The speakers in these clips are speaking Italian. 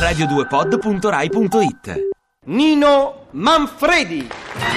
radio2pod.rai.it. Nino Manfredi.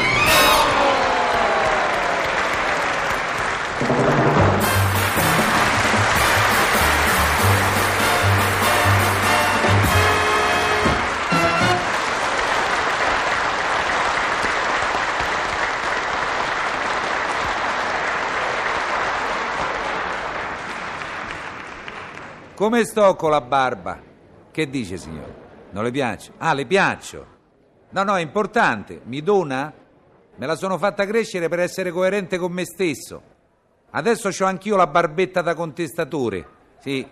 Come sto con la barba? Che dice, signore? Non le piace? Ah, le piaccio? No, è importante. Mi dona? Me la sono fatta crescere per essere coerente con me stesso. Adesso c'ho anch'io la barbetta da contestatore. Sì.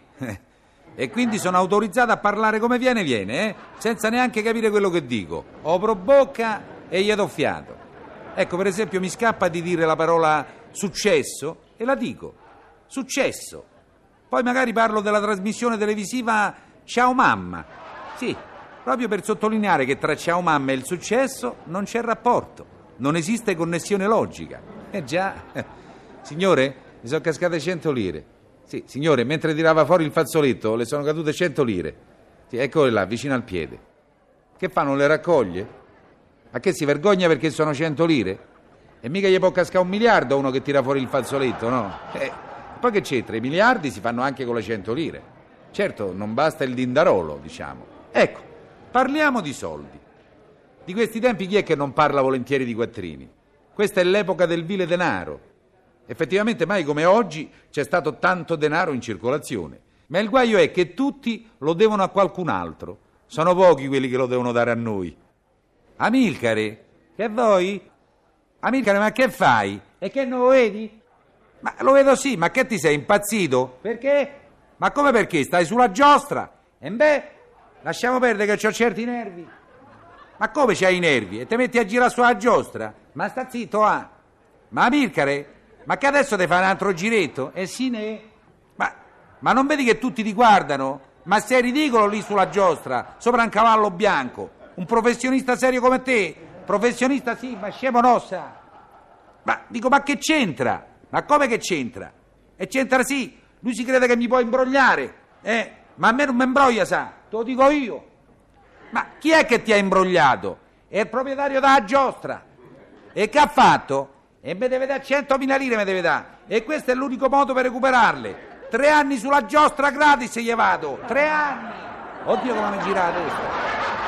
E quindi sono autorizzato a parlare come viene, senza neanche capire quello che dico. Opro bocca e gli do fiato. Ecco, per esempio, mi scappa di dire la parola successo e la dico. Successo. Poi magari parlo della trasmissione televisiva Ciao Mamma. Sì, proprio per sottolineare che tra Ciao Mamma e il successo non c'è rapporto. Non esiste connessione logica. Già. Signore, mi sono cascate 100 lire. Sì, signore, mentre tirava fuori il fazzoletto le sono cadute 100 lire. Sì, eccole là, vicino al piede. Che fa, non le raccoglie? Ma che si vergogna perché sono 100 lire? E mica gli può cascare 1 miliardo a uno che tira fuori il fazzoletto, no? Poi che c'entra? I miliardi si fanno anche con le 100 lire. Certo, non basta il dindarolo, diciamo. Ecco, parliamo di soldi. Di questi tempi chi è che non parla volentieri di quattrini? Questa è l'epoca del vile denaro. Effettivamente mai come oggi c'è stato tanto denaro in circolazione. Ma il guaio è che tutti lo devono a qualcun altro. Sono pochi quelli che lo devono dare a noi. Amilcare, che vuoi? Amilcare, ma che fai? E che non lo vedi? Ma lo vedo sì, ma che ti sei impazzito? Perché? Ma come perché? Stai sulla giostra? E beh, lasciamo perdere che ho certi nervi. Ma come c'hai i nervi? E te metti a girare sulla giostra? Ma sta zitto, ah! Ma Amilcare, ma che adesso ti fai un altro giretto? Sì, ne? Ma non vedi che tutti ti guardano? Ma sei ridicolo lì sulla giostra, sopra un cavallo bianco. Un professionista serio come te? Professionista sì, ma scemo no, sa. Ma dico, ma che c'entra? Ma come che c'entra? E c'entra sì, lui si crede che mi può imbrogliare, ma a me non mi imbroglia, sa, te lo dico io. Ma chi è che ti ha imbrogliato? È il proprietario della giostra. E che ha fatto? E mi deve dare 100.000 lire, mi deve dare. E questo è l'unico modo per recuperarle. 3 anni sulla giostra gratis gli vado, 3 anni. Oddio come mi gira la testa.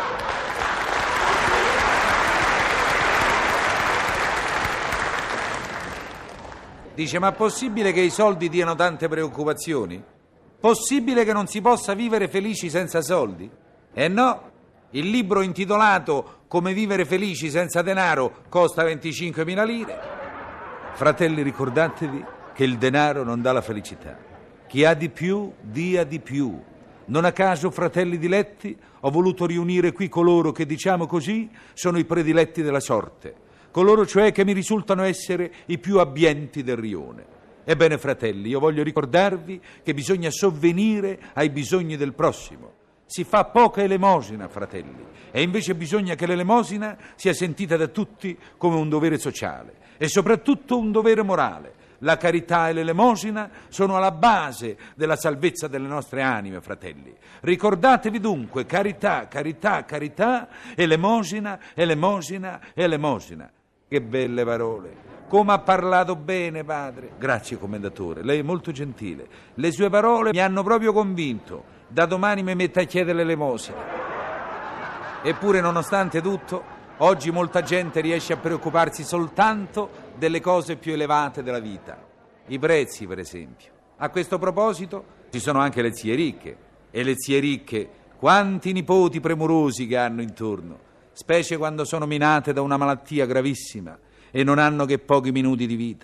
Dice, ma è possibile che i soldi diano tante preoccupazioni? Possibile che non si possa vivere felici senza soldi? No, il libro intitolato Come vivere felici senza denaro costa 25.000 lire. Fratelli, ricordatevi che il denaro non dà la felicità. Chi ha di più, dia di più. Non a caso, fratelli diletti, ho voluto riunire qui coloro che, diciamo così, sono i prediletti della sorte. Coloro cioè che mi risultano essere i più abbienti del rione. Ebbene, fratelli, io voglio ricordarvi che bisogna sovvenire ai bisogni del prossimo. Si fa poca elemosina, fratelli, e invece bisogna che l'elemosina sia sentita da tutti come un dovere sociale e soprattutto un dovere morale. La carità e l'elemosina sono alla base della salvezza delle nostre anime, fratelli. Ricordatevi dunque, carità, carità, carità, elemosina, elemosina, elemosina. Che belle parole. Come ha parlato bene, padre. Grazie, commendatore, lei è molto gentile. Le sue parole mi hanno proprio convinto. Da domani mi metto a chiedere l'elemosina. Eppure, nonostante tutto, oggi molta gente riesce a preoccuparsi soltanto delle cose più elevate della vita. I prezzi, per esempio. A questo proposito, ci sono anche le zie ricche. E le zie ricche, quanti nipoti premurosi che hanno intorno, specie quando sono minate da una malattia gravissima e non hanno che pochi minuti di vita.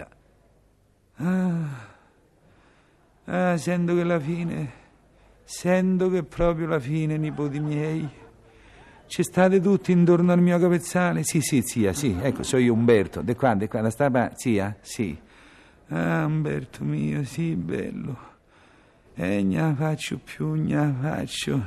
Sento che proprio la fine, nipoti miei. Ci state tutti intorno al mio capezzale? Sì, zia, sì, ecco, sono io Umberto. De qua, da sta parte, zia? Sì. Umberto mio, sì, bello. Ne faccio più, ne faccio.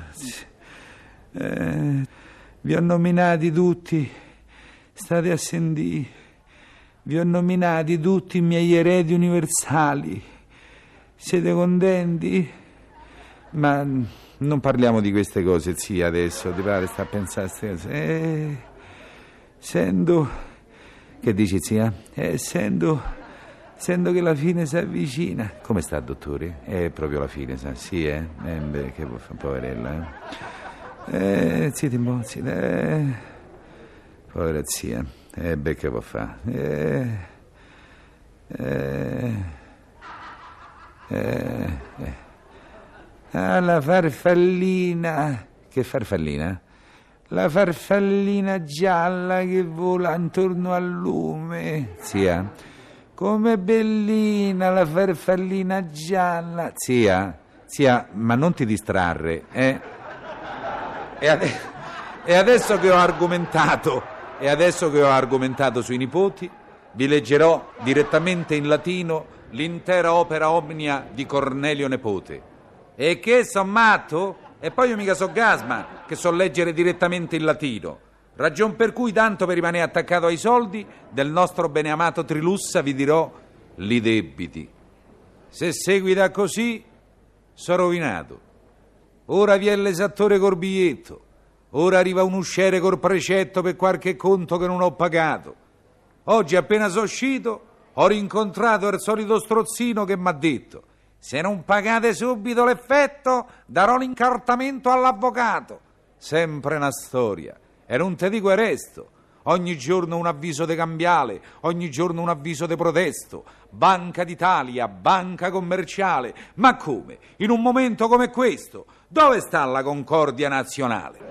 Vi ho nominati tutti, state a sentire. Vi ho nominati tutti i miei eredi universali. Siete contenti? Ma non parliamo di queste cose, zia, adesso. Ti pare sta a pensare a queste cose? Sento... Che dici, zia? Sento che la fine si avvicina. Come sta, dottore? È proprio la fine, sa? Sì, beh, che può fare, poverella, Zitti un po', zitti, povera zia. Beh, che può fare? La farfallina. Che farfallina? La farfallina gialla che vola intorno al lume. Zia, com'è bellina la farfallina gialla. Zia, ma non ti distrarre, E adesso che ho argomentato sui nipoti, vi leggerò direttamente in latino l'intera opera omnia di Cornelio Nepote. E che son matto? E poi io mica so Gasman, che so leggere direttamente in latino. Ragion per cui, tanto per rimanere attaccato ai soldi del nostro beneamato Trilussa, vi dirò li debiti. Se seguita così, so rovinato. Ora vi è l'esattore col biglietto, ora arriva un usciere col precetto per qualche conto che non ho pagato. Oggi, appena sono uscito, ho rincontrato il solito strozzino che m'ha detto: se non pagate subito l'effetto, darò l'incartamento all'avvocato. Sempre una storia. E non te dico il resto. Ogni giorno un avviso de cambiale, ogni giorno un avviso de protesto. Banca d'Italia, banca commerciale. Ma come? In un momento come questo, dove sta la concordia nazionale?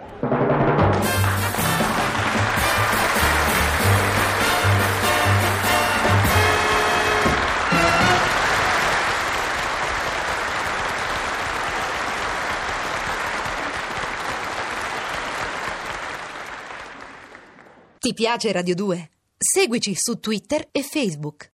Ti piace Radio 2? Seguici su Twitter e Facebook.